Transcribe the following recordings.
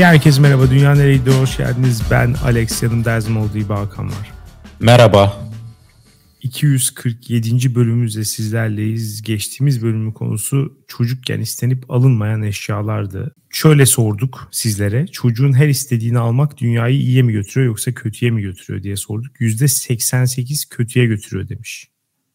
Herkese merhaba. Dünya nereye gidiyor? Hoş geldiniz. Ben Alex. Yanımda her zaman olduğu gibi Hakan var. Merhaba. 247. bölümümüzde sizlerleyiz. Geçtiğimiz bölümün konusu çocukken istenip alınmayan eşyalardı. Şöyle sorduk sizlere. Çocuğun her istediğini almak dünyayı iyiye mi götürüyor yoksa kötüye mi götürüyor diye sorduk. %88 kötüye götürüyor demiş.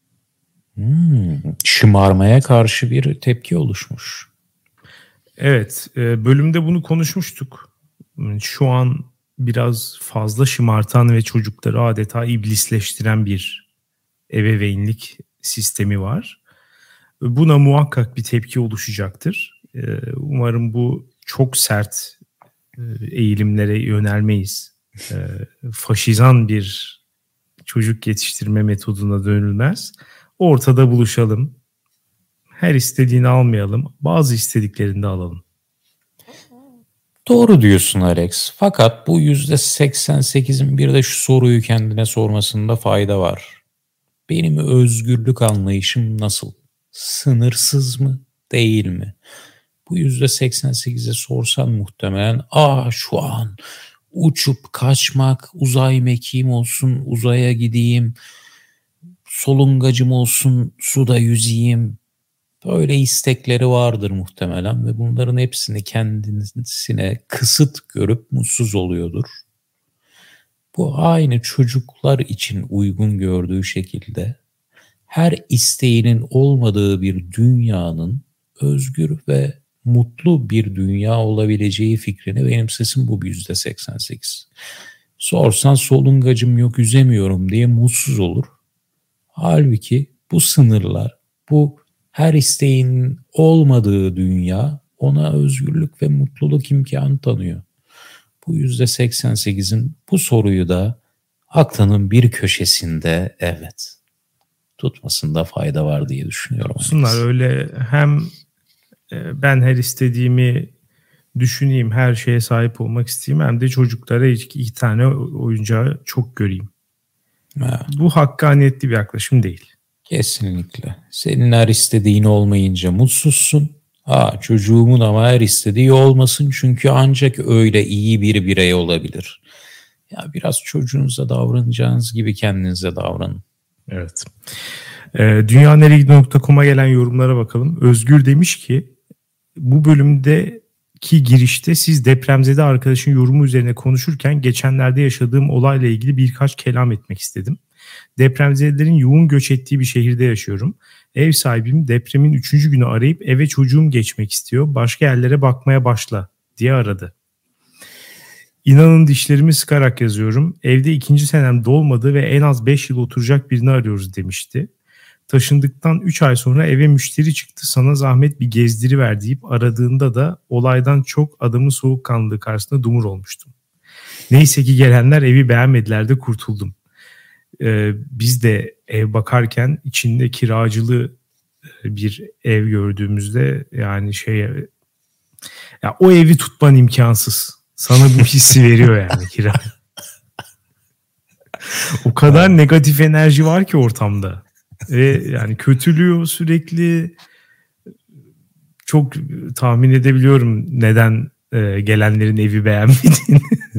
Şımarmaya karşı bir tepki oluşmuş. Evet, bölümde bunu konuşmuştuk. Şu an biraz fazla şımartan ve çocukları adeta iblisleştiren bir ebeveynlik sistemi var. Buna muhakkak bir tepki oluşacaktır. Umarım bu çok sert eğilimlere yönelmeyiz. Faşizan bir çocuk yetiştirme metoduna dönülmez. Ortada buluşalım. Her istediğini almayalım. Bazı istediklerini de alalım. Doğru diyorsun Alex. Fakat bu %88'in bir de şu soruyu kendine sormasında fayda var. Benim özgürlük anlayışım nasıl? Sınırsız mı? Değil mi? Bu %88'e sorsan muhtemelen şu an uçup kaçmak, uzay mekiğim olsun, uzaya gideyim, solungacım olsun, suda yüzeyim. Böyle istekleri vardır muhtemelen ve bunların hepsini kendisine kısıt görüp mutsuz oluyordur. Bu aynı çocuklar için uygun gördüğü şekilde her isteğinin olmadığı bir dünyanın özgür ve mutlu bir dünya olabileceği fikrini benimsesin bu %88. Sorsan solungacım yok yüzemiyorum diye mutsuz olur. Halbuki bu sınırlar, bu her isteğin olmadığı dünya ona özgürlük ve mutluluk imkanı tanıyor. Bu %88'in bu soruyu da aklının bir köşesinde tutmasında fayda var diye düşünüyorum. Bunlar öyle hem ben her istediğimi düşüneyim, her şeye sahip olmak isteyeyim hem de çocuklara iki tane oyuncağı çok göreyim. Bu hakkaniyetli bir yaklaşım değil. Kesinlikle. Senin her istediğin olmayınca mutsuzsun. Çocuğumun ama her istediği olmasın çünkü ancak öyle iyi bir birey olabilir. Ya biraz çocuğunuza davranacağınız gibi kendinize davranın. Evet. Dünyaneregidiyor.com'a gelen yorumlara bakalım. Özgür demiş ki bu bölümdeki girişte siz depremzede arkadaşın yorumu üzerine konuşurken geçenlerde yaşadığım olayla ilgili birkaç kelam etmek istedim. Depremzedelerin yoğun göç ettiği bir şehirde yaşıyorum. Ev sahibim depremin 3. günü arayıp eve çocuğum geçmek istiyor. Başka yerlere bakmaya başla diye aradı. İnanın dişlerimi sıkarak yazıyorum. Evde 2. senem dolmadı ve en az 5 yıl oturacak birini arıyoruz demişti. Taşındıktan 3 ay sonra eve müşteri çıktı, sana zahmet bir gezdiriver deyip aradığında da olaydan çok adamın soğukkanlılığı karşısında dumur olmuştum. Neyse ki gelenler evi beğenmediler de kurtuldum. Biz de ev bakarken içinde kiracılı bir ev gördüğümüzde yani ya o evi tutman imkansız. Sana bu hissi veriyor yani kira. O kadar negatif enerji var ki ortamda. Ve yani kötülüyor sürekli. Çok tahmin edebiliyorum neden gelenlerin evi beğenmediğini.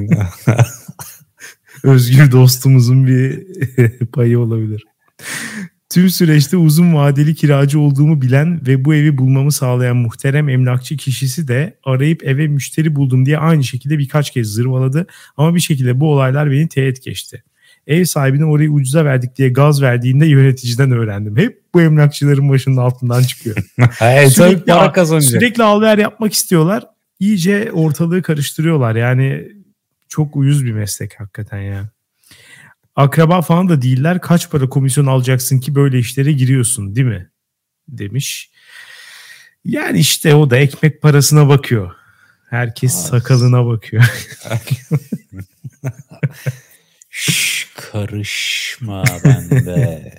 Özgür dostumuzun bir payı olabilir. Tüm süreçte uzun vadeli kiracı olduğumu bilen ve bu evi bulmamı sağlayan muhterem emlakçı kişisi de arayıp eve müşteri buldum diye aynı şekilde birkaç kez zırvaladı. Ama bir şekilde bu olaylar beni teğet geçti. Ev sahibine orayı ucuza verdik diye gaz verdiğinde yöneticiden öğrendim. Hep bu emlakçıların başının altından çıkıyor. Sürekli al-ver yapmak istiyorlar. İyice ortalığı karıştırıyorlar. Yani çok uyuz bir meslek hakikaten ya. Akraba falan da değiller. Kaç para komisyon alacaksın ki böyle işlere giriyorsun değil mi? Demiş. Yani işte o da ekmek parasına bakıyor. Herkes sakalına bakıyor. Karışma bende.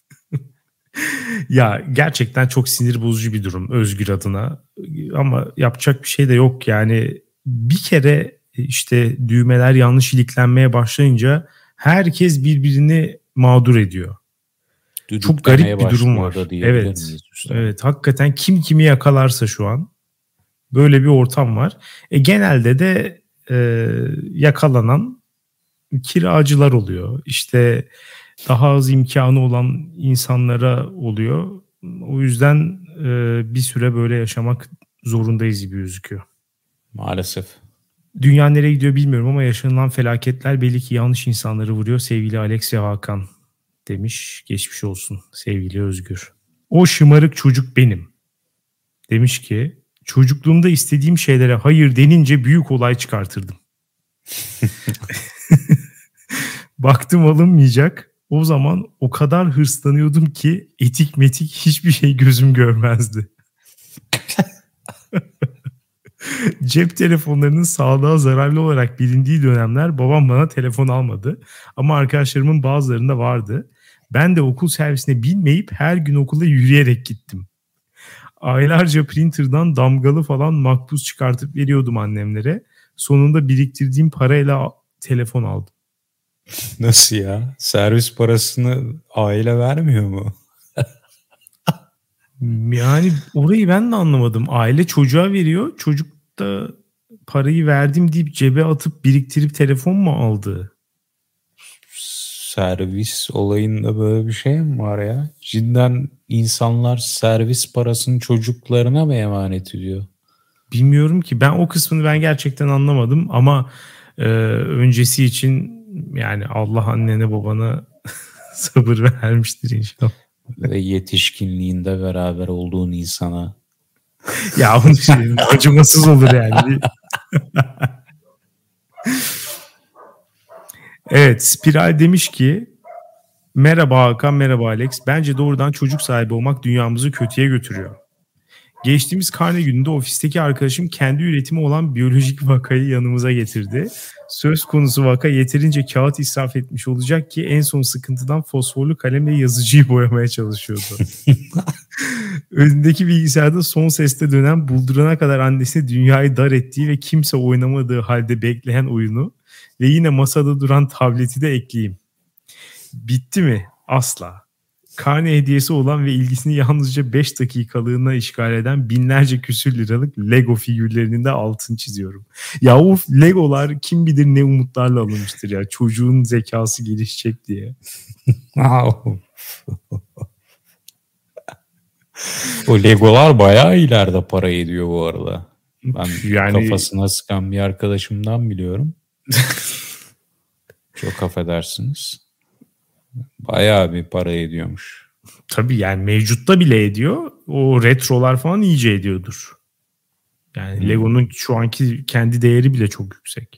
Ya gerçekten çok sinir bozucu bir durum Özgür adına. Ama yapacak bir şey de yok yani. Bir kere işte düğmeler yanlış iliklenmeye başlayınca herkes birbirini mağdur ediyor. Çok garip bir durum var. Evet, hakikaten kim kimi yakalarsa şu an böyle bir ortam var. Genelde de yakalanan kiracılar oluyor. İşte daha az imkanı olan insanlara oluyor. O yüzden bir süre böyle yaşamak zorundayız gibi gözüküyor. Maalesef. Dünya nereye gidiyor bilmiyorum ama yaşanılan felaketler belli ki yanlış insanları vuruyor. Sevgili Alex ve Hakan demiş. Geçmiş olsun sevgili Özgür. O şımarık çocuk benim. Demiş ki çocukluğumda istediğim şeylere hayır denince büyük olay çıkartırdım. Baktım alınmayacak. O zaman o kadar hırslanıyordum ki etik metik hiçbir şey gözüm görmezdi. Cep telefonlarının sağlığa zararlı olarak bilindiği dönemler babam bana telefon almadı. Ama arkadaşlarımın bazılarında vardı. Ben de okul servisine binmeyip her gün okula yürüyerek gittim. Aylarca printer'dan damgalı falan makbuz çıkartıp veriyordum annemlere. Sonunda biriktirdiğim parayla telefon aldım. Nasıl ya? Servis parasını aile vermiyor mu? Yani orayı ben de anlamadım. Aile çocuğa veriyor. Çocuk da parayı verdim deyip cebe atıp biriktirip telefon mu aldı? Servis olayında böyle bir şey mi var ya? Cidden insanlar servis parasını çocuklarına mı emanet ediyor? Bilmiyorum ki. Ben o kısmını gerçekten anlamadım ama öncesi için yani Allah annene babana sabır vermiştir inşallah. Ve yetişkinliğinde beraber olduğun insana. Ya onun için acımasız olur yani. Evet, Spiral demiş ki merhaba Hakan, merhaba Alex. Bence doğrudan çocuk sahibi olmak dünyamızı kötüye götürüyor. Geçtiğimiz karne gününde ofisteki arkadaşım kendi üretimi olan biyolojik vakayı yanımıza getirdi. Söz konusu vaka yeterince kağıt israf etmiş olacak ki en son sıkıntıdan fosforlu kalemle yazıcıyı boyamaya çalışıyordu. Önündeki bilgisayarda son seste dönen buldurana kadar annesine dünyayı dar ettiği ve kimse oynamadığı halde bekleyen oyunu ve yine masada duran tableti de ekleyeyim. Bitti mi? Asla. Karne hediyesi olan ve ilgisini yalnızca 5 dakikalığına işgal eden binlerce küsür liralık Lego figürlerinin de altını çiziyorum. Ya o Legolar kim bilir ne umutlarla alınmıştır ya. Çocuğun zekası gelişecek diye. O Legolar bayağı ileride para ediyor bu arada. Ben yani... kafasına sıkan bir arkadaşımdan biliyorum. Çok affedersiniz. Bayağı bir para ediyormuş. Tabii yani mevcutta bile ediyor. O retrolar falan iyice ediyordur. Yani Lego'nun şu anki kendi değeri bile çok yüksek.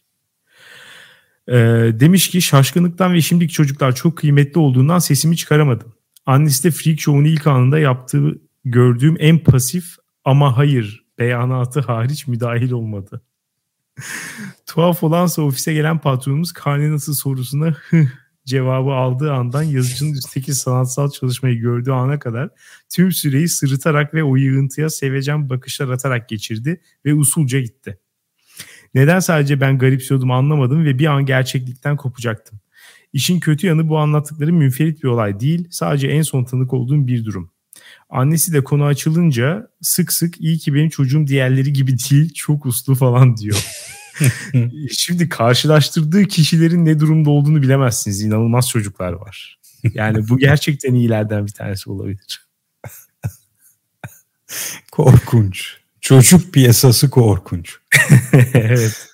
Demiş ki şaşkınlıktan ve şimdiki çocuklar çok kıymetli olduğundan sesimi çıkaramadım. Annesi de Freak Show'un ilk anında yaptığı gördüğüm en pasif ama hayır beyanatı hariç müdahil olmadı. Tuhaf olansa ofise gelen patronumuz karne nasıl sorusuna cevabı aldığı andan yazıcının üstteki sanatsal çalışmayı gördüğü ana kadar tüm süreyi sırıtarak ve o yığıntıya sevecen bakışlar atarak geçirdi ve usulca gitti. Neden sadece ben garipsiyordum anlamadım ve bir an gerçeklikten kopacaktım. İşin kötü yanı bu anlattıkları münferit bir olay değil, sadece en son tanık olduğum bir durum. Annesi de konu açılınca sık sık iyi ki benim çocuğum diğerleri gibi değil, çok uslu falan diyor. Şimdi karşılaştırdığı kişilerin ne durumda olduğunu bilemezsiniz. İnanılmaz çocuklar var. Yani bu gerçekten iyilerden bir tanesi olabilir. Korkunç. Çocuk piyasası korkunç. Evet.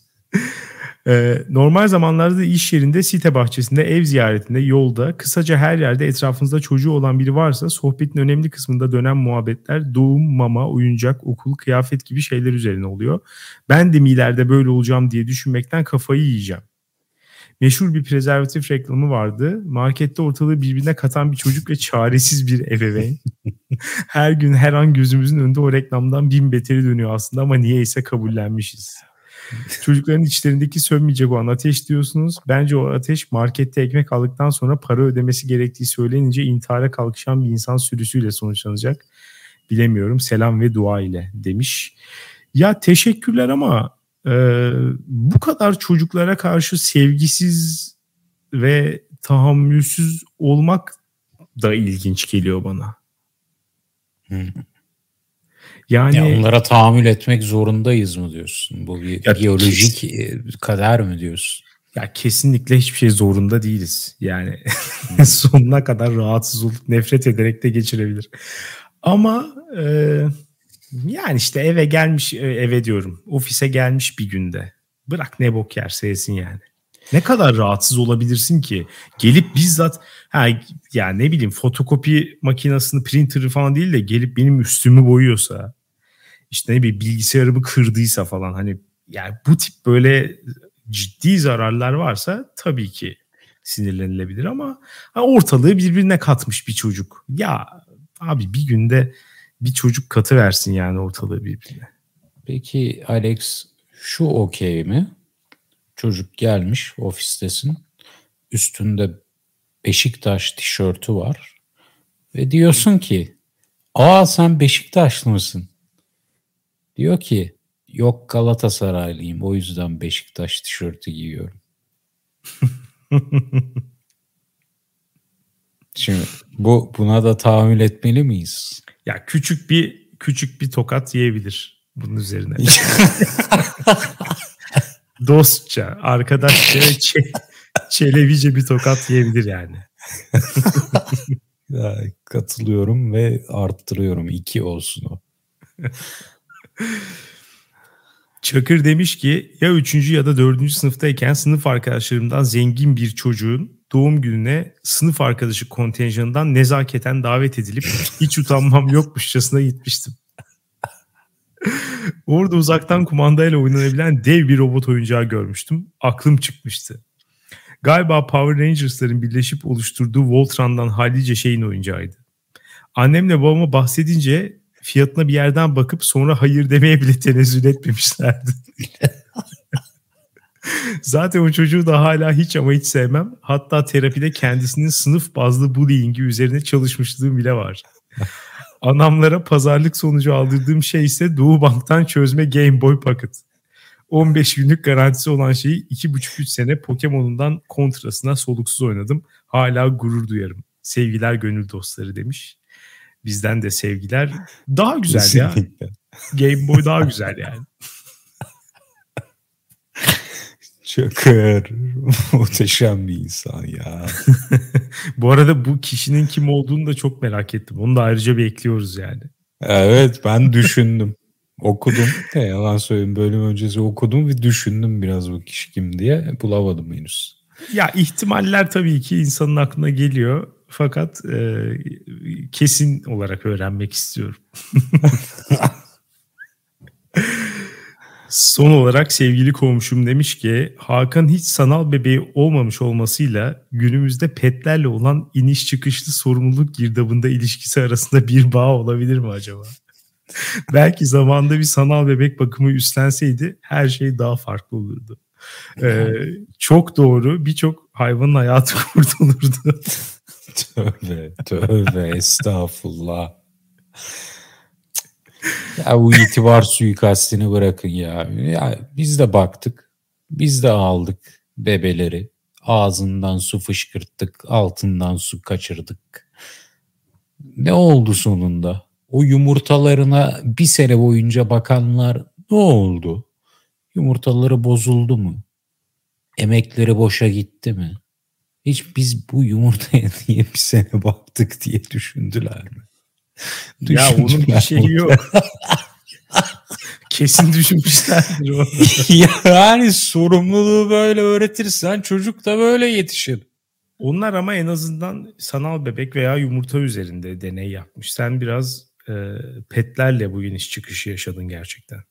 Normal zamanlarda iş yerinde, site bahçesinde, ev ziyaretinde, yolda, kısaca her yerde etrafınızda çocuğu olan biri varsa sohbetin önemli kısmında dönen muhabbetler doğum, mama, oyuncak, okul, kıyafet gibi şeyler üzerine oluyor. Ben de mi ileride böyle olacağım diye düşünmekten kafayı yiyeceğim. Meşhur bir prezervatif reklamı vardı. Markette ortalığı birbirine katan bir çocuk ve çaresiz bir ebeveyn. Her gün her an gözümüzün önünde o reklamdan bin beteri dönüyor aslında ama niyeyse kabullenmişiz. Çocukların içlerindeki sönmeyecek olan ateş diyorsunuz. Bence o ateş markette ekmek aldıktan sonra para ödemesi gerektiği söylenince intihara kalkışan bir insan sürüsüyle sonuçlanacak. Bilemiyorum. Selam ve dua ile demiş. Ya teşekkürler ama bu kadar çocuklara karşı sevgisiz ve tahammülsüz olmak da ilginç geliyor bana. Yani onlara tahammül etmek zorundayız mı diyorsun? Bu bir biyolojik kader mi diyorsun? Ya kesinlikle hiçbir şey zorunda değiliz. Yani sonuna kadar rahatsız olup nefret ederek de geçirebilir. Ama yani işte eve diyorum. Ofise gelmiş bir günde. Bırak ne bok yerse yesin yani. Ne kadar rahatsız olabilirsin ki? Gelip bizzat yani ne bileyim fotokopi makinesini, printer'ı falan değil de gelip benim üstümü boyuyorsa, işte ne bileyim bilgisayarımı kırdıysa falan, hani yani bu tip böyle ciddi zararlar varsa tabii ki sinirlenilebilir ama ortalığı birbirine katmış bir çocuk. Ya abi bir günde bir çocuk katıversin yani ortalığı birbirine. Peki Alex, şu okey mi? Çocuk gelmiş, ofistesin. Üstünde Beşiktaş tişörtü var. Ve diyorsun ki, sen Beşiktaşlı mısın? Diyor ki, yok Galatasaraylıyım, o yüzden Beşiktaş tişörtü giyiyorum. Şimdi buna da tahammül etmeli miyiz? Ya küçük bir tokat yiyebilir bunun üzerine. Dostça, arkadaşça ve çelebice bir tokat yiyebilir yani. Ya, katılıyorum ve arttırıyorum. 2 olsun o. Çakır demiş ki ya 3. ya da 4. sınıftayken sınıf arkadaşlarımdan zengin bir çocuğun doğum gününe sınıf arkadaşı kontenjanından nezaketen davet edilip hiç utanmam yokmuşçasına gitmiştim. Orada uzaktan kumandayla oynanabilen dev bir robot oyuncağı görmüştüm. Aklım çıkmıştı. Galiba Power Rangers'ların birleşip oluşturduğu Voltron'dan hallice şeyin oyuncağıydı. Annemle babama bahsedince fiyatına bir yerden bakıp sonra hayır demeye bile tenezzül etmemişlerdi. Zaten o çocuğu da hala hiç ama hiç sevmem. Hatta terapide kendisinin sınıf bazlı bullying'i üzerine çalışmışlığım bile var. Anamlara pazarlık sonucu aldırdığım şey ise Doğu Bank'tan çözme Game Boy Pocket. 15 günlük garantisi olan şeyi 2,5-3 sene Pokemon'undan kontrasına soluksuz oynadım. Hala gurur duyarım. Sevgiler gönül dostları demiş. Bizden de sevgiler. Daha güzel kesinlikle. Ya. Game Boy daha güzel yani. Çakır. Muhteşem bir insan ya. Bu arada bu kişinin kim olduğunu da çok merak ettim. Onu da ayrıca bir ekliyoruz yani. Evet, ben düşündüm. Okudum. Yalan söyleyeyim, bölüm öncesi okudum ve düşündüm biraz bu kişi kim diye. Bulamadım henüz. Ya ihtimaller tabii ki insanın aklına geliyor. Fakat kesin olarak öğrenmek istiyorum. Son olarak sevgili komşum demiş ki Hakan hiç sanal bebeği olmamış olmasıyla günümüzde petlerle olan iniş çıkışlı sorumluluk girdabında ilişkisi arasında bir bağ olabilir mi acaba? Belki zamanında bir sanal bebek bakımı üstlenseydi her şey daha farklı olurdu. Çok doğru, birçok hayvanın hayatı kurtulurdu. Tövbe estağfurullah. Ya bu itibar suikastini bırakın ya. Ya biz de baktık. Biz de aldık bebeleri. Ağzından su fışkırttık. Altından su kaçırdık. Ne oldu sonunda? O yumurtalarına bir sene boyunca bakanlar ne oldu? Yumurtaları bozuldu mu? Emekleri boşa gitti mi? Hiç biz bu yumurtaya niye bir sene baktık diye düşündüler mi? Ya onun bir şeyi yok. Kesin düşünmüşlerdir onu. Yani sorumluluğu böyle öğretirsen çocuk da böyle yetişir. Onlar ama en azından sanal bebek veya yumurta üzerinde deney yapmış. Sen biraz petlerle bu iniş çıkışı yaşadın gerçekten.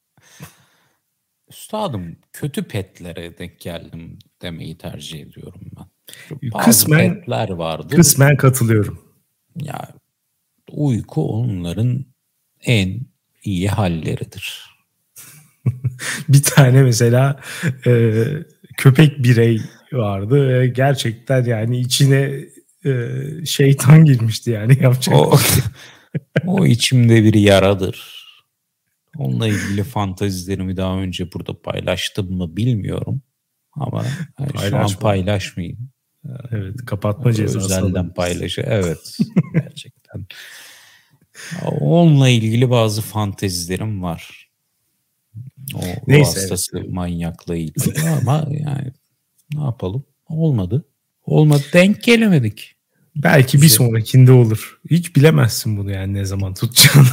Üstadım, kötü petlere denk geldim demeyi tercih ediyorum ben. Bazı petler vardı. Kısmen katılıyorum. Ya uyku onların en iyi halleridir. Bir tane mesela köpek birey vardı ve gerçekten yani içine şeytan girmişti yani yapacak. O içimde bir yaradır. Onunla ilgili fantazilerimi daha önce burada paylaştım mı bilmiyorum. Ama şu an paylaşmayayım. Evet, kapatma cezası. Özelden paylaşı. Evet, gerçekten. Onunla ilgili bazı fantezilerim var. O ruh hastası manyakla ilgili ama yani ne yapalım? Olmadı. Denk gelemedik. Belki bir sonrakinde olur. Hiç bilemezsin bunu yani ne zaman tutacağını.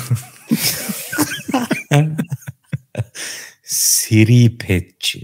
Seri petçi.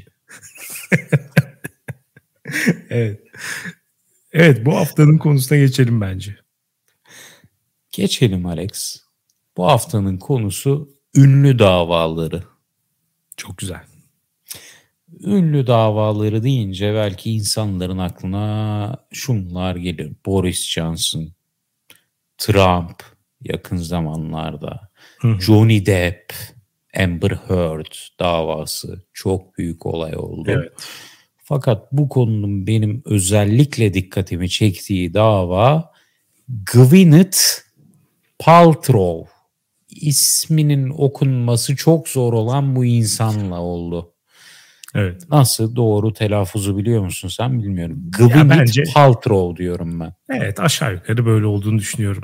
Evet. Evet, bu haftanın konusuna geçelim bence. Geçelim Alex. Bu haftanın konusu ünlü davaları. Çok güzel. Ünlü davaları deyince belki insanların aklına şunlar gelir. Boris Johnson, Trump yakın zamanlarda, Johnny Depp, Amber Heard davası çok büyük olay oldu. Evet. Fakat bu konunun benim özellikle dikkatimi çektiği dava Gwyneth Paltrow. İsminin okunması çok zor olan bu insanla oldu. Evet. Nasıl doğru telaffuzu biliyor musun sen bilmiyorum. Gwyneth Paltrow diyorum ben. Evet, aşağı yukarı böyle olduğunu düşünüyorum.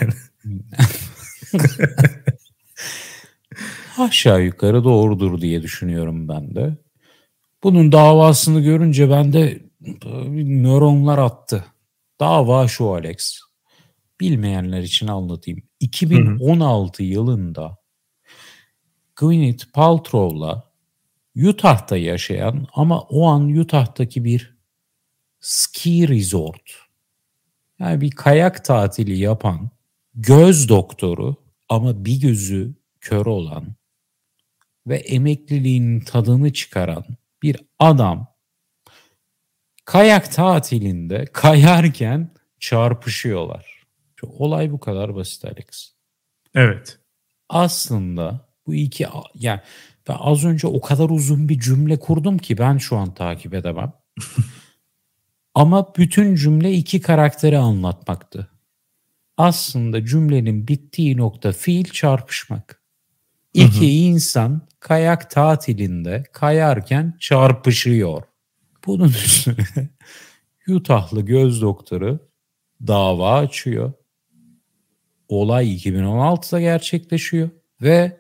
Aşağı yukarı doğrudur diye düşünüyorum ben de. Bunun davasını görünce bende nöronlar attı. Dava şu Alex. Bilmeyenler için anlatayım. 2016 yılında Gwyneth Paltrow'la Utah'ta yaşayan ama o an Utah'taki bir ski resort, yani bir kayak tatili yapan göz doktoru ama bir gözü kör olan ve emekliliğinin tadını çıkaran bir adam kayak tatilinde kayarken çarpışıyorlar. Olay bu kadar basit Alex. Evet. Aslında bu iki, yani ben az önce o kadar uzun bir cümle kurdum ki ben şu an takip edemem. Ama bütün cümle iki karakteri anlatmaktı. Aslında cümlenin bittiği nokta fiil çarpışmak. İki insan kayak tatilinde kayarken çarpışıyor. Bunun üstüne Utah'lı göz doktoru dava açıyor. Olay 2016'da gerçekleşiyor ve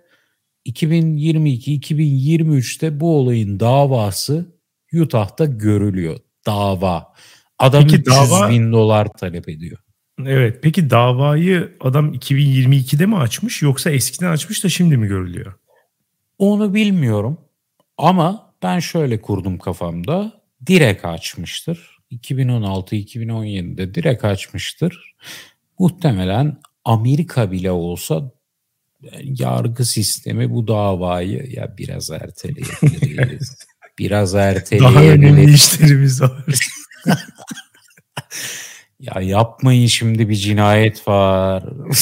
2022-2023'te bu olayın davası Utah'ta görülüyor. Dava. Adam peki, 300.000 dolar talep ediyor. Evet. Peki davayı adam 2022'de mi açmış yoksa eskiden açmış da şimdi mi görülüyor? Onu bilmiyorum ama ben şöyle kurdum kafamda. Direkt açmıştır. 2016-2017'de direkt açmıştır. Muhtemelen Amerika bile olsa yargı sistemi bu davayı ya biraz erteleyebiliriz. Biraz erteleyebiliriz. Daha önemli işlerimiz var. Ya yapmayın şimdi bir cinayet var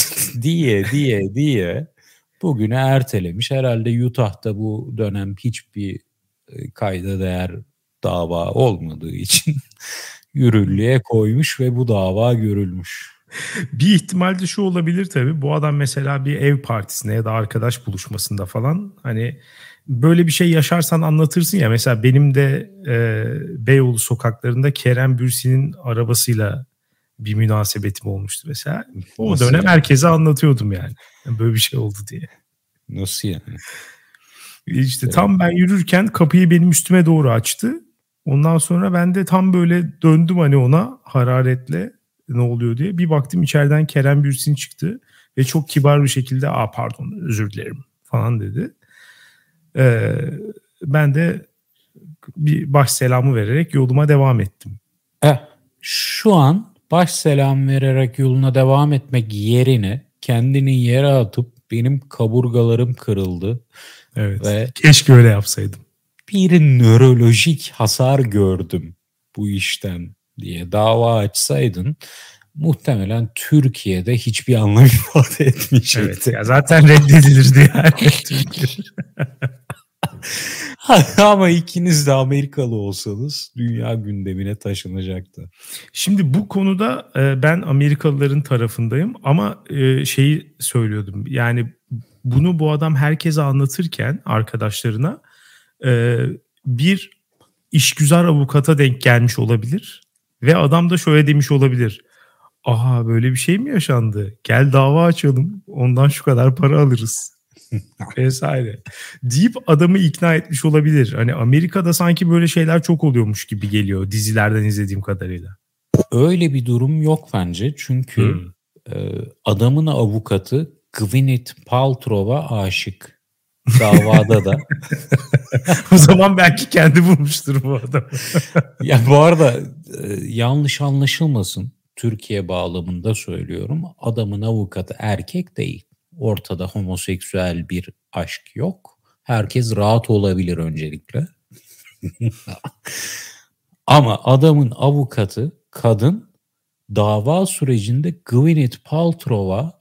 diye bugüne ertelemiş. Herhalde Utah'ta bu dönem hiçbir kayda değer dava olmadığı için yürürlüğe koymuş ve bu dava görülmüş. Bir ihtimal de şu olabilir tabii. Bu adam mesela bir ev partisine ya da arkadaş buluşmasında falan hani böyle bir şey yaşarsan anlatırsın ya. Mesela benim de Beyoğlu sokaklarında Kerem Bürsin'in arabasıyla bir münasebetim olmuştu mesela. O Nasıl dönem yani? herkese anlatıyordum yani. Böyle bir şey oldu diye. Nasıl yani? İşte tam ben yürürken kapıyı benim üstüme doğru açtı. Ondan sonra ben de tam böyle döndüm hani ona hararetle ne oluyor diye. Bir baktım içeriden Kerem Bürsin çıktı ve çok kibar bir şekilde pardon özür dilerim falan dedi. Ben de bir baş selamı vererek yoluma devam ettim. Şu an baş selam vererek yoluna devam etmek yerine kendini yere atıp benim kaburgalarım kırıldı. Evet. Ve keşke öyle yapsaydım. Bir nörolojik hasar gördüm bu işten diye dava açsaydın muhtemelen Türkiye'de hiçbir anlam ifade etmeyecekti. Evet, ya zaten reddedilirdi yani. Ama ikiniz de Amerikalı olsanız dünya gündemine taşınacaktı. Şimdi bu konuda ben Amerikalıların tarafındayım ama şeyi söylüyordum. Yani bunu bu adam herkese anlatırken arkadaşlarına bir işgüzar avukata denk gelmiş olabilir ve adam da şöyle demiş olabilir. aha böyle bir şey mi yaşandı? Gel dava açalım. Ondan şu kadar para alırız. Vesaire. Deyip adamı ikna etmiş olabilir. Hani Amerika'da sanki böyle şeyler çok oluyormuş gibi geliyor dizilerden izlediğim kadarıyla. Öyle bir durum yok bence. Çünkü adamın avukatı Gwyneth Paltrow'a aşık. Davada da. O zaman belki kendi bulmuştur bu adam. Ya bu arada yanlış anlaşılmasın. Türkiye bağlamında söylüyorum. Adamın avukatı erkek değil. Ortada homoseksüel bir aşk yok. Herkes rahat olabilir öncelikle. Ama adamın avukatı kadın, dava sürecinde Gwyneth Paltrow'a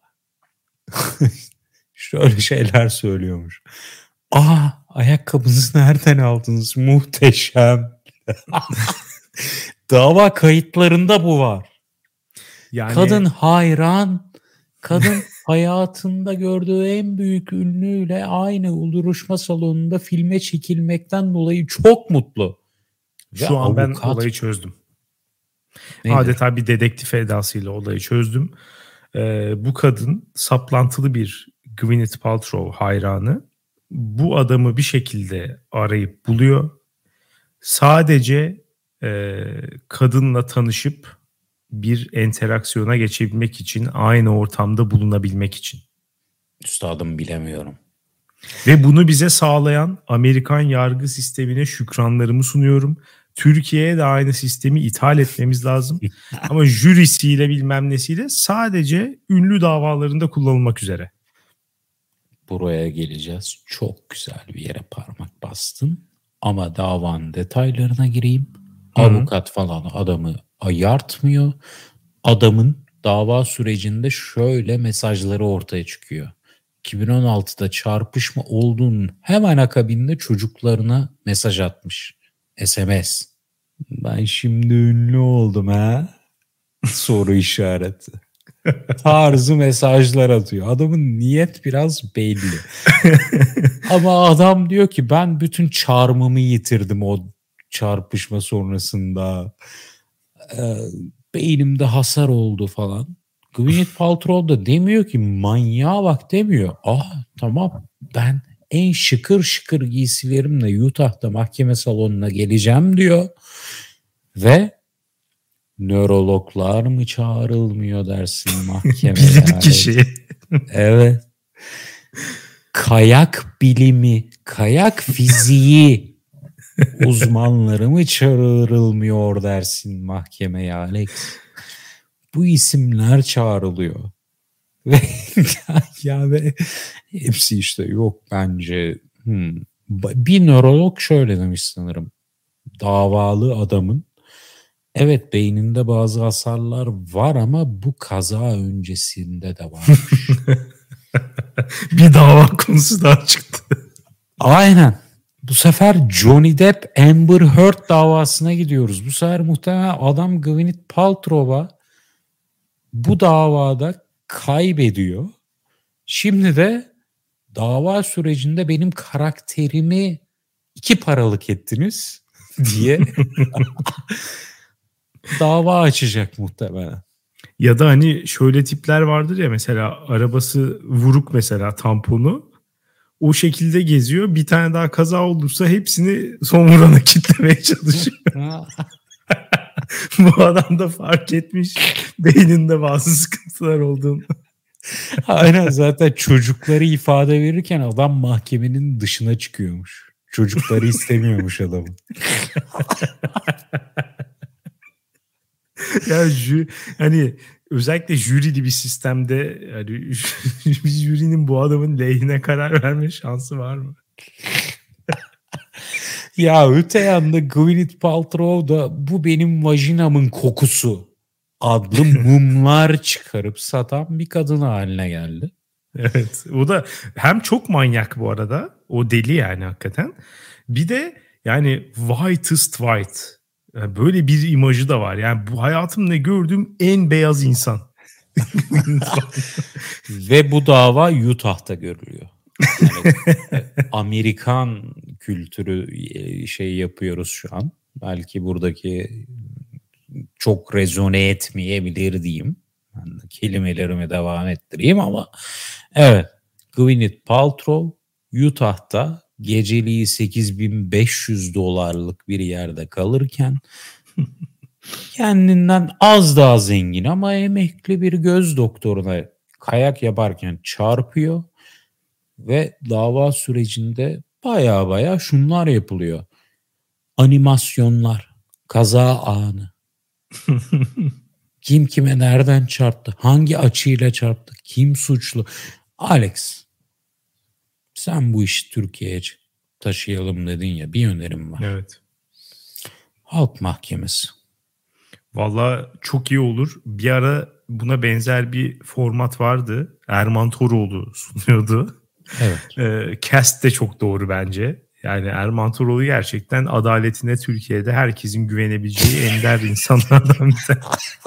şöyle şeyler söylüyormuş. Ayakkabınızı nereden aldınız? Muhteşem. Dava kayıtlarında bu var. Yani... Kadın hayran. Kadın hayatında gördüğü en büyük ünlüyle aynı duruşma salonunda filme çekilmekten dolayı çok mutlu. Şu an ben olayı çözdüm. Nedir? Adeta bir dedektif edasıyla olayı çözdüm. Bu kadın saplantılı bir Gwyneth Paltrow hayranı. Bu adamı bir şekilde arayıp buluyor. Sadece kadınla tanışıp bir interaksiyona geçebilmek için, aynı ortamda bulunabilmek için. Üstadım bilemiyorum. Ve bunu bize sağlayan Amerikan yargı sistemine şükranlarımı sunuyorum. Türkiye'ye de aynı sistemi ithal etmemiz lazım. Ama jürisiyle bilmem nesiyle sadece ünlü davalarında kullanılmak üzere. Buraya geleceğiz. Çok güzel bir yere parmak bastın. Ama davanın detaylarına gireyim. Avukat falan adamı ayartmıyor. Adamın dava sürecinde şöyle mesajları ortaya çıkıyor. 2016'da çarpışma olduğunun hemen akabinde çocuklarına mesaj atmış. SMS. Ben şimdi ünlü oldum ha? Soru işareti. Tarzı mesajlar atıyor. Adamın niyet biraz belli. Ama adam diyor ki ben bütün charm'ımı yitirdim o çarpışma sonrasında. Beynimde hasar oldu falan. Gwyneth Paltrow da demiyor ki manyağa bak demiyor. Tamam ben en şıkır şıkır giysilerimle Utah'ta mahkeme salonuna geleceğim diyor. Ve nörologlar mı çağrılmıyor dersin mahkemeye? Bilir kişi. Evet. Kayak bilimi, kayak fiziği uzmanları mı çağrılmıyor dersin mahkemeye Alex? Bu isimler çağrılıyor. Ve ve hepsi işte yok bence. Bir nörolog şöyle demiş sanırım. Davalı adamın evet beyninde bazı hasarlar var ama bu kaza öncesinde de varmış. Bir dava konusu daha çıktı. Aynen. Bu sefer Johnny Depp Amber Heard davasına gidiyoruz. Bu sefer muhtemelen adam Gwyneth Paltrow'a bu davada kaybediyor. Şimdi de dava sürecinde benim karakterimi 2 paralık ettiniz diye dava açacak muhtemelen. Ya da hani şöyle tipler vardır ya, mesela arabası vuruk, mesela tamponu o şekilde geziyor. Bir tane daha kaza olursa hepsini son vurana kitlemeye çalışıyor. Bu adam da fark etmiş beyninde bazı sıkıntılar olduğunu. Aynen, zaten çocukları ifade verirken adam mahkemenin dışına çıkıyormuş. Çocukları istemiyormuş adamın. Ya hani özellikle jürili bir sistemde yani jürinin bu adamın lehine karar verme şansı var mı? Ya öte yanda Gwyneth Paltrow da bu benim vajinamın kokusu adlı mumlar çıkarıp satan bir kadın haline geldi. Evet, o da hem çok manyak bu arada, o deli yani hakikaten. Bir de yani whitest white, yani böyle bir imajı da var. Yani bu hayatımda gördüğüm en beyaz insan. Ve bu dava Utah'ta görülüyor. Yani Amerikan kültürü şey yapıyoruz şu an. Belki buradaki çok rezone etmeyebilir diyeyim. Ben de kelimelerimi devam ettireyim ama evet, Gwyneth Paltrow Utah'ta geceliği $8.500 bir yerde kalırken kendinden az daha zengin ama emekli bir göz doktoruna kayak yaparken çarpıyor ve dava sürecinde baya şunlar yapılıyor. Animasyonlar, kaza anı, kim kime nereden çarptı, hangi açıyla çarptı, kim suçlu. Alex, sen bu işi Türkiye'ye taşıyalım dedin ya, bir önerim var. Evet. Halk mahkemesi. Valla çok iyi olur. Bir ara buna benzer bir format vardı. Erman Toroğlu sunuyordu. Evet. Cast de çok doğru bence. Yani Erman Toroğlu gerçekten adaletine Türkiye'de herkesin güvenebileceği ender insanlardan bir tanesi.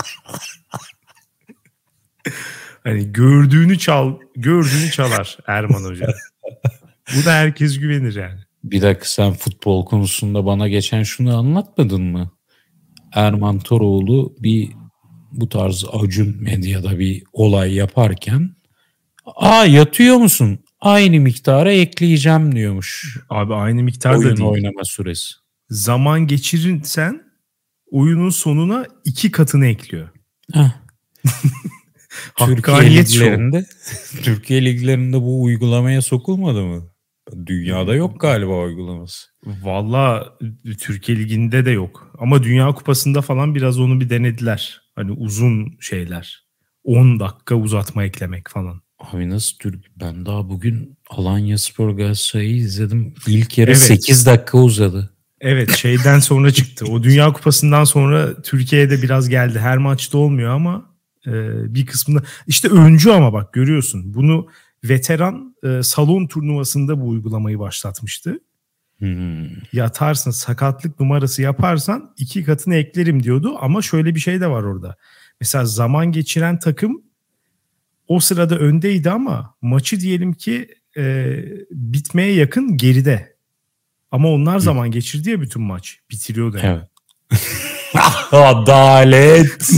Hani gördüğünü çalar Erman Hoca. Bu da herkes güvenir yani. Bir dakika, sen futbol konusunda bana geçen şunu anlatmadın mı? Erman Toroğlu bu tarz Acun Medya'da bir olay yaparken yatıyor musun? Aynı miktara ekleyeceğim diyormuş. Abi aynı miktarda oyun değil. Oynama süresi. Zaman geçirirsen oyunun sonuna 2 katını ekliyor. Türkiye liglerinde bu uygulamaya sokulmadı mı? Dünyada yok galiba uygulaması. Valla Türkiye Ligi'nde de yok. Ama Dünya Kupası'nda falan biraz onu bir denediler. Hani uzun şeyler. 10 dakika uzatma eklemek falan. Abi nasıl Ben daha bugün Alanyaspor Galatasaray'ı izledim. İlk yarı 8 dakika uzadı. Evet, şeyden sonra çıktı. O Dünya Kupası'ndan sonra Türkiye'de biraz geldi. Her maçta olmuyor ama bir kısmında. İşte öncü ama bak görüyorsun. Bunu veteran salon turnuvasında bu uygulamayı başlatmıştı. Yatarsın, sakatlık numarası yaparsan 2 katını eklerim diyordu. Ama şöyle bir şey de var orada. Mesela zaman geçiren takım o sırada öndeydi ama maçı diyelim ki bitmeye yakın geride. Ama onlar zaman geçirdi ya, bütün maç bitiriyordu. Evet. Adalet.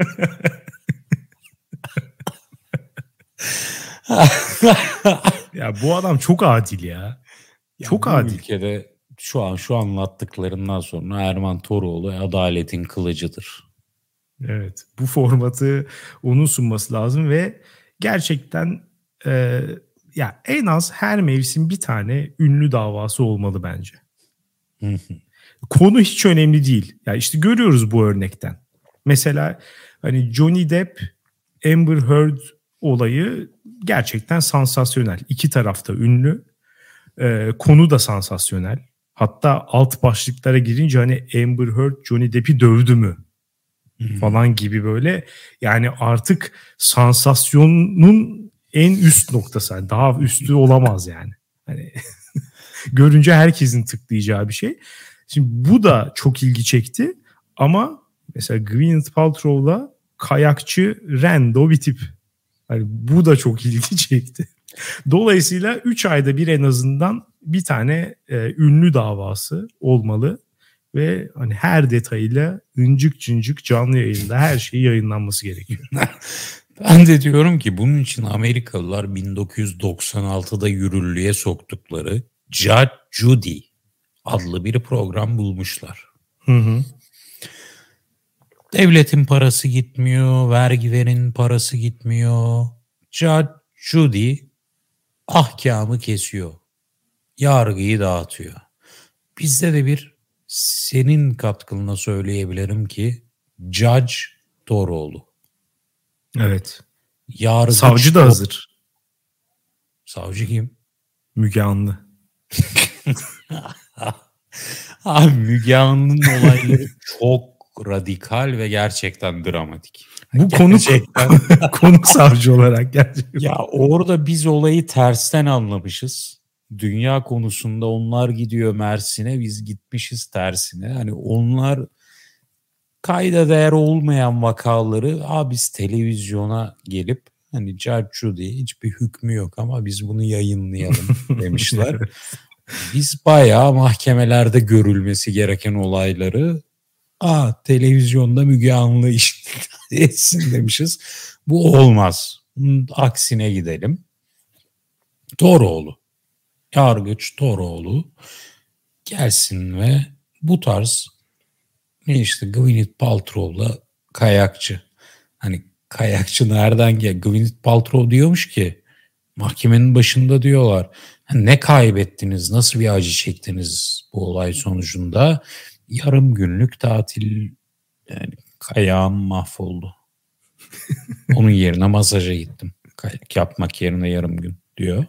Ya bu adam çok adil ya. Çok adil. Ülkede şu anlattıklarından sonra Erman Toroğlu adaletin kılıcıdır. Evet, bu formatı onun sunması lazım ve gerçekten ya en az her mevsim bir tane ünlü davası olmalı bence. Konu hiç önemli değil. Ya işte görüyoruz bu örnekten. Mesela hani Johnny Depp, Amber Heard olayı gerçekten sansasyonel. İki tarafta ünlü. Konu da sansasyonel. Hatta alt başlıklara girince hani Amber Heard Johnny Depp'i dövdü mü falan gibi böyle. Yani artık sansasyonun en üst noktası. Yani daha üstü olamaz yani. Hani görünce herkesin tıklayacağı bir şey. Şimdi bu da çok ilgi çekti ama mesela Gwyneth Paltrow'la kayakçı rando bir tip. Yani bu da çok ilgi çekti. Dolayısıyla 3 ayda bir en azından bir tane ünlü davası olmalı ve hani her detayıyla incik cincik canlı yayında her şeyi yayınlanması gerekiyor. Ben de diyorum ki bunun için Amerikalılar 1996'da yürürlüğe soktukları Judge Judy adlı bir program bulmuşlar. Devletin parası gitmiyor, vergilerin parası gitmiyor. Judge Judy ahkamı kesiyor. Yargıyı dağıtıyor. Bizde de senin katkınla söyleyebilirim ki Judge Toroğlu. Evet. Yargıç Savcı da hazır. Savcı kim? Müge Anlı. Abi Müge Anlı'nın olayları çok radikal ve gerçekten dramatik. Bu konuk savcı olarak gerçekten. Ya orada biz olayı tersten anlamışız. Dünya konusunda onlar gidiyor Mersin'e, biz gitmişiz tersine. Hani onlar kayda değer olmayan vakaları biz televizyona gelip hani Judge Judy hiçbir hükmü yok ama biz bunu yayınlayalım demişler. Biz bayağı mahkemelerde görülmesi gereken olayları televizyonda Müge Anlı işte etsin demişiz. Bu olmaz. Aksine gidelim. Toroğlu. Yargıç Toroğlu gelsin ve bu tarz işte Gwyneth Paltrow'la kayakçı. Hani kayakçı nereden gel? Gwyneth Paltrow diyormuş ki mahkemenin başında diyorlar. Ne kaybettiniz? Nasıl bir acı çektiniz bu olay sonucunda? Yarım günlük tatil, yani kayağım mahvoldu. Onun yerine masaja gittim. Kayak yapmak yerine yarım gün diyor.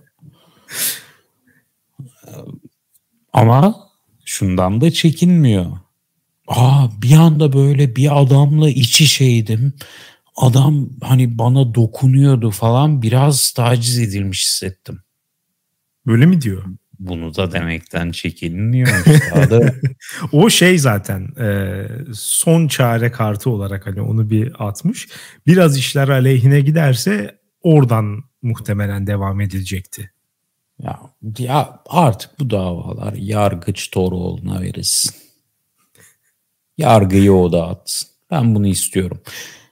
Ama şundan da çekinmiyor. Bir anda böyle bir adamla iç içeydim. Adam hani bana dokunuyordu falan, biraz taciz edilmiş hissettim. Böyle mi diyor? Bunu da demekten çekinmiyor üstadı. O şey zaten son çare kartı olarak hani onu bir atmış. Biraz işler aleyhine giderse oradan muhtemelen devam edilecekti. Ya artık bu davalar Yargıç Toroğlu'na verilsin. Yargıyı o dağıtsın. Ben bunu istiyorum.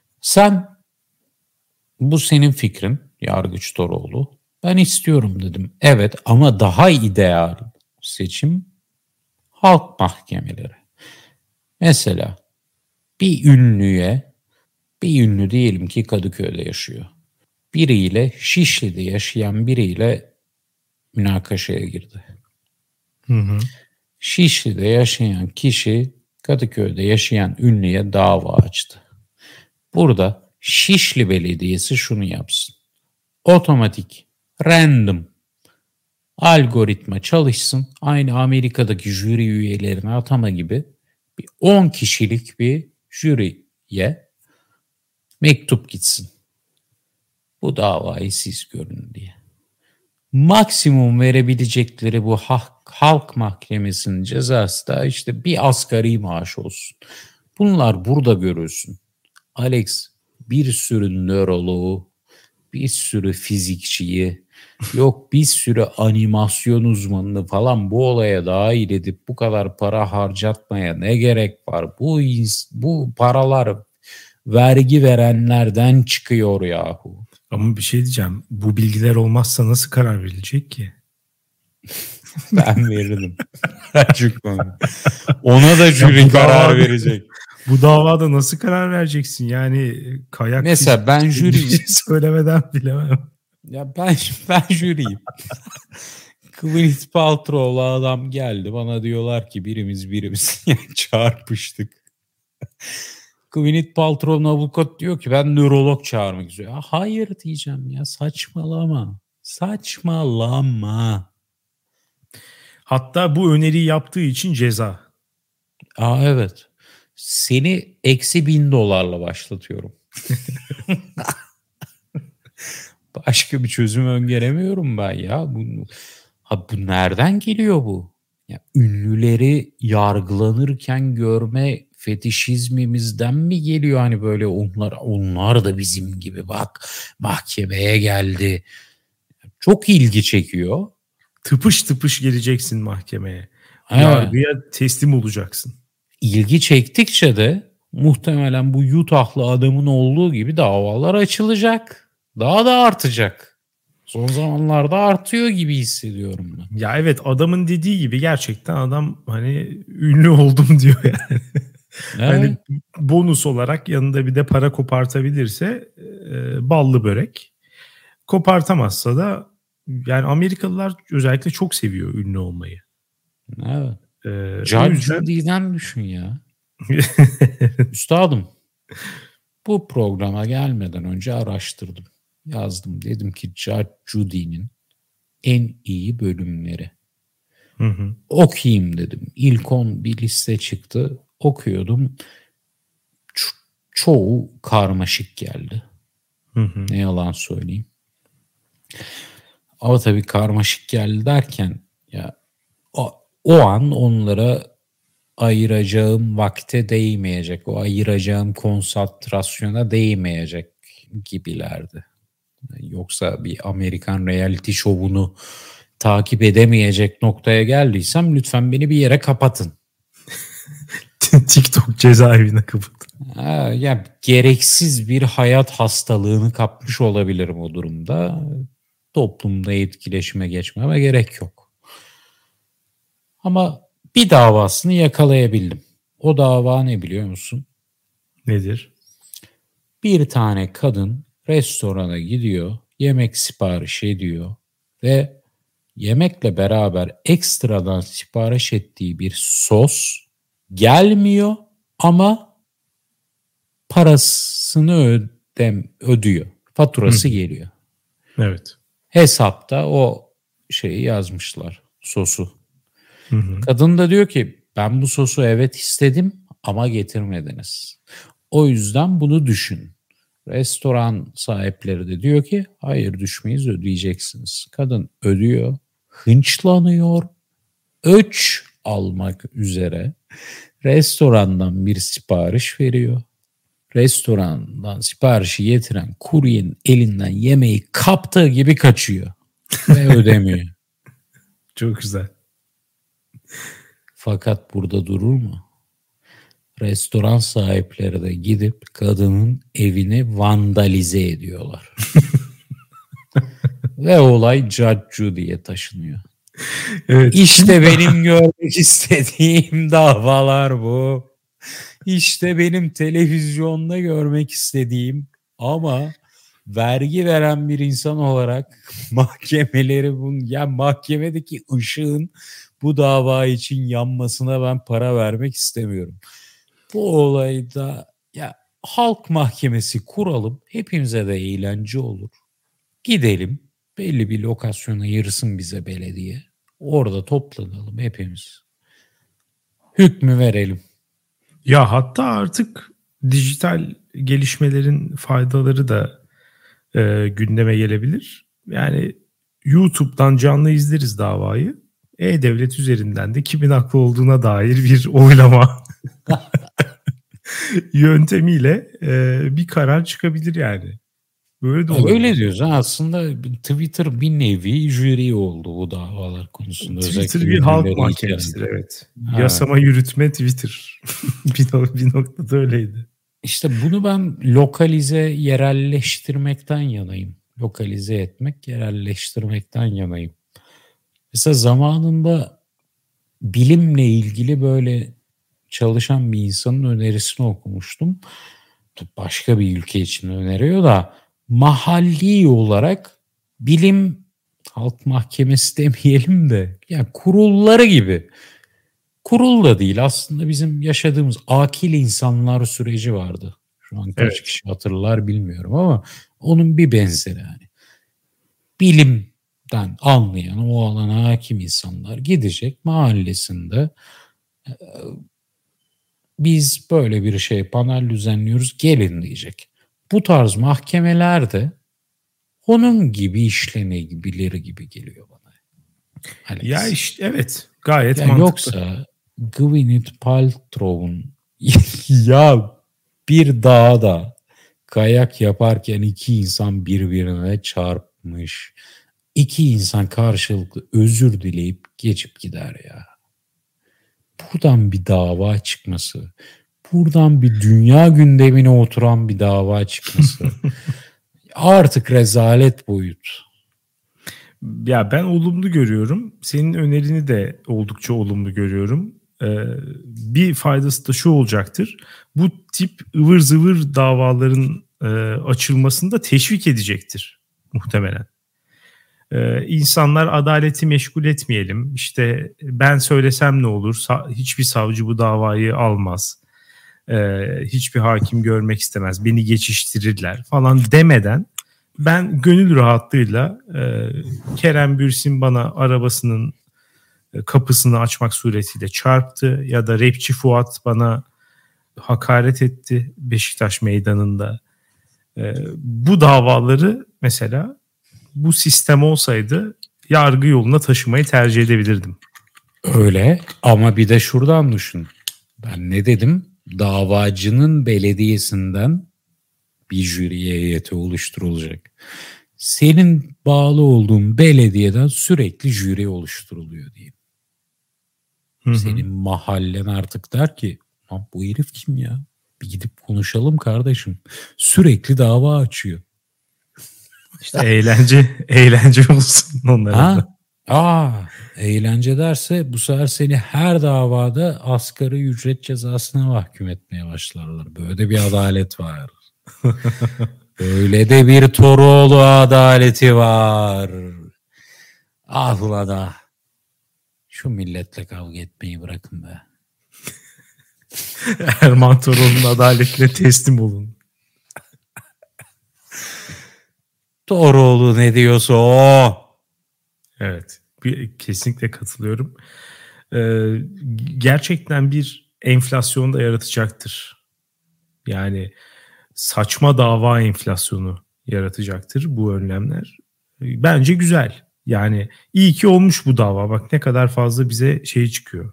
Bu senin fikrin Yargıç Toroğlu. Ben istiyorum dedim. Evet, ama daha ideal seçim halk mahkemeleri. Mesela bir ünlü diyelim ki Kadıköy'de yaşıyor. Şişli'de yaşayan biriyle münakaşaya girdi. Hı. Şişli'de yaşayan kişi Kadıköy'de yaşayan ünlüye dava açtı. Burada Şişli Belediyesi şunu yapsın. Otomatik, random algoritma çalışsın. Aynı Amerika'daki jüri üyelerine atama gibi 10 kişilik bir jüriye mektup gitsin. Bu davayı siz görün diye. Maksimum verebilecekleri bu halk mahkemesinin cezası da işte bir asgari maaş olsun. Bunlar burada görülsün. Alex, bir sürü nöroloğu, bir sürü fizikçiyi, yok bir sürü animasyon uzmanını falan bu olaya dahil edip bu kadar para harcatmaya ne gerek var? Bu paralar vergi verenlerden çıkıyor yahu. Ama bir şey diyeceğim. Bu bilgiler olmazsa nasıl karar verilecek ki? Ben verirdim. Ona da jüri karar verecek. Bu davada nasıl karar vereceksin? Yani kayak mesela ben jüriyim. Söylemeden bilemem. Ya ben jüriyim. Gwyneth Paltrow'la adam geldi. Bana diyorlar ki birimiz yani çarpıştık. Gwyneth Paltrow'un avukat diyor ki ben nörolog çağırmak istiyorum. Hayır diyeceğim ya, saçmalama. Saçmalama. Hatta bu öneriyi yaptığı için ceza. Evet. Seni -$1,000 başlatıyorum. Başka bir çözüm öngöremiyorum ben ya. Bu nereden geliyor bu? Ya, ünlüleri yargılanırken görme fetişizmimizden mi geliyor? Hani böyle onlar da bizim gibi bak mahkemeye geldi. Çok ilgi çekiyor. Tıpış tıpış geleceksin mahkemeye. Evet. Yargıya teslim olacaksın. İlgi çektikçe de muhtemelen bu Utah'lı adamın olduğu gibi davalar açılacak. Daha da artacak. Son zamanlarda artıyor gibi hissediyorum ben. Ya evet, adamın dediği gibi gerçekten adam hani ünlü oldum diyor yani. Evet. Hani bonus olarak yanında bir de para kopartabilirse ballı börek. Kopartamazsa da yani Amerikalılar özellikle çok seviyor ünlü olmayı. Evet. Judge Judy'den düşün ya. Üstadım, bu programa gelmeden önce araştırdım. Yazdım, dedim ki Judge Judy'nin en iyi bölümleri. Hı. Okuyayım dedim. İlk 10 bir liste çıktı. Okuyordum. Çoğu karmaşık geldi. Hı. Ne yalan söyleyeyim. Ama tabii karmaşık geldi derken ya o an onlara ayıracağım vakte değmeyecek, o ayıracağım konsantrasyona değmeyecek gibilerdi. Yoksa bir Amerikan reality şovunu takip edemeyecek noktaya geldiysem lütfen beni bir yere kapatın. TikTok cezaevine kapıldı. Ya gereksiz bir hayat hastalığını kapmış olabilirim o durumda. Toplumda etkileşime geçmeme gerek yok. Ama bir davasını yakalayabildim. O dava ne biliyor musun? Nedir? Bir tane kadın restorana gidiyor, yemek sipariş ediyor ve yemekle beraber ekstradan sipariş ettiği bir sos gelmiyor ama parasını ödüyor. Faturası geliyor. Evet. Hesapta o şeyi yazmışlar, sosu. Hı. Kadın da diyor ki ben bu sosu evet istedim ama getirmediniz. O yüzden bunu düşün. Restoran sahipleri de diyor ki hayır düşmeyiz, ödeyeceksiniz. Kadın ödüyor, hınçlanıyor, öç almak üzere restorandan bir sipariş veriyor. Restorandan siparişi getiren kuryenin elinden yemeği kaptığı gibi kaçıyor ve ödemiyor. Çok güzel. Fakat burada durur mu? Restoran sahipleri de gidip kadının evini vandalize ediyorlar. Ve olay Judge diye taşınıyor. Evet. İşte benim görmek istediğim davalar bu. İşte benim televizyonda görmek istediğim ama vergi veren bir insan olarak mahkemeleri mahkemedeki ışığın bu dava için yanmasına ben para vermek istemiyorum. Bu olayda halk mahkemesi kuralım, hepimize de eğlence olur. Gidelim, belli bir lokasyona ayırsın bize belediye. Orada toplanalım hepimiz. Hükmü verelim. Ya hatta artık dijital gelişmelerin faydaları da gündeme gelebilir. Yani YouTube'dan canlı izleriz davayı. E-Devlet üzerinden de kimin haklı olduğuna dair bir oylama yöntemiyle bir karar çıkabilir yani. Böyle de olabilir. Öyle diyoruz. Aslında Twitter bir nevi jüri oldu bu davalar konusunda. Twitter bir halk mahkemesidir, evet. Ha. Yasama yürütme Twitter. bir noktada öyleydi. İşte bunu ben lokalize, yerelleştirmekten yanayım. Lokalize etmek, yerelleştirmekten yanayım. Mesela zamanında bilimle ilgili böyle çalışan bir insanın önerisini okumuştum. Başka bir ülke için öneriyor da mahalli olarak bilim halk mahkemesi demeyelim de kurulları gibi. Kurul da değil aslında, bizim yaşadığımız akil insanlar süreci vardı. Şu an kaç kişi hatırlar bilmiyorum ama onun bir benzeri yani. Bilimden anlayan, o alana hakim insanlar gidecek mahallesinde biz böyle bir panel düzenliyoruz gelin diyecek. Bu tarz mahkemeler de onun gibi işlenebilir gibi geliyor bana. Alex. Ya işte evet, gayet mantıklı. Yoksa Gwyneth Paltrow'un bir dağda kayak yaparken iki insan birbirine çarpmış. İki insan karşılıklı özür dileyip geçip gider ya. Buradan bir dava çıkması, buradan bir dünya gündemine oturan bir dava çıkması artık rezalet boyut. Ya ben olumlu görüyorum. Senin önerini de oldukça olumlu görüyorum. Bir faydası da şu olacaktır. Bu tip ıvır zıvır davaların açılmasını da teşvik edecektir muhtemelen. İnsanlar adaleti meşgul etmeyelim. İşte ben söylesem ne olur? Hiçbir savcı bu davayı almaz. Hiçbir hakim görmek istemez. Beni geçiştirirler falan demeden ben gönül rahatlığıyla Kerem Bürsin bana arabasının kapısını açmak suretiyle çarptı ya da rapçi Fuat bana hakaret etti Beşiktaş meydanında. Bu davaları mesela bu sistem olsaydı yargı yoluna taşımayı tercih edebilirdim. Öyle ama bir de şuradan düşün. Ben ne dedim? Davacının belediyesinden bir jüri heyeti oluşturulacak. Senin bağlı olduğun belediyeden sürekli jüri oluşturuluyor diyeyim. Senin mahallen artık der ki Lan bu herif kim ya? Bir gidip konuşalım kardeşim. Sürekli dava açıyor. İşte eğlence olsun onlara da. Eğlence derse bu sefer seni her davada asgari ücret cezasına mahkum etmeye başlarlar. Böyle bir adalet var. Öyle de bir Toroğlu adaleti var. Ah ulan ah. Şu milletle kavga etmeyi bırakın be. Erman Toroğlu'nun adaletine teslim olun. Toroğlu ne diyorsa o. Evet. Kesinlikle katılıyorum. Gerçekten bir enflasyon da yaratacaktır. Yani saçma dava enflasyonu yaratacaktır bu önlemler. Bence güzel. Yani iyi ki olmuş bu dava. Bak ne kadar fazla bize çıkıyor.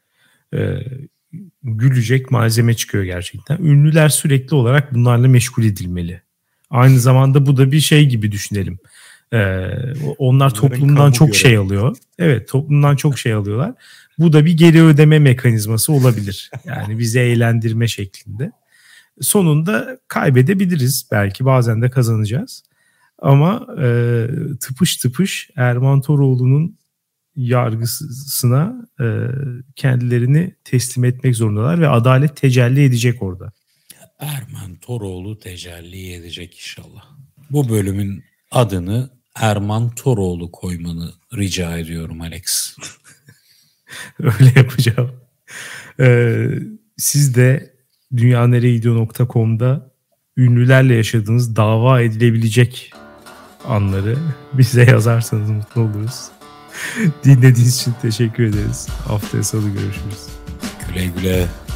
Gülecek malzeme çıkıyor gerçekten. Ünlüler sürekli olarak bunlarla meşgul edilmeli. Aynı zamanda bu da bir gibi düşünelim. Onlar toplumdan çok alıyor. Evet, toplumdan çok alıyorlar. Bu da bir geri ödeme mekanizması olabilir. Yani bizi eğlendirme şeklinde. Sonunda kaybedebiliriz. Belki bazen de kazanacağız. Ama tıpış tıpış Erman Toroğlu'nun yargısına kendilerini teslim etmek zorundalar ve adalet tecelli edecek orada. Erman Toroğlu tecelli edecek inşallah. Bu bölümün adını Erman Toroğlu koymanı rica ediyorum Alex. Öyle yapacağım. Siz de dünyanereyegidiyor.com'da ünlülerle yaşadığınız dava edilebilecek anları bize yazarsanız mutlu oluruz. Dinlediğiniz için teşekkür ederiz. Haftaya salı görüşürüz. Güle güle.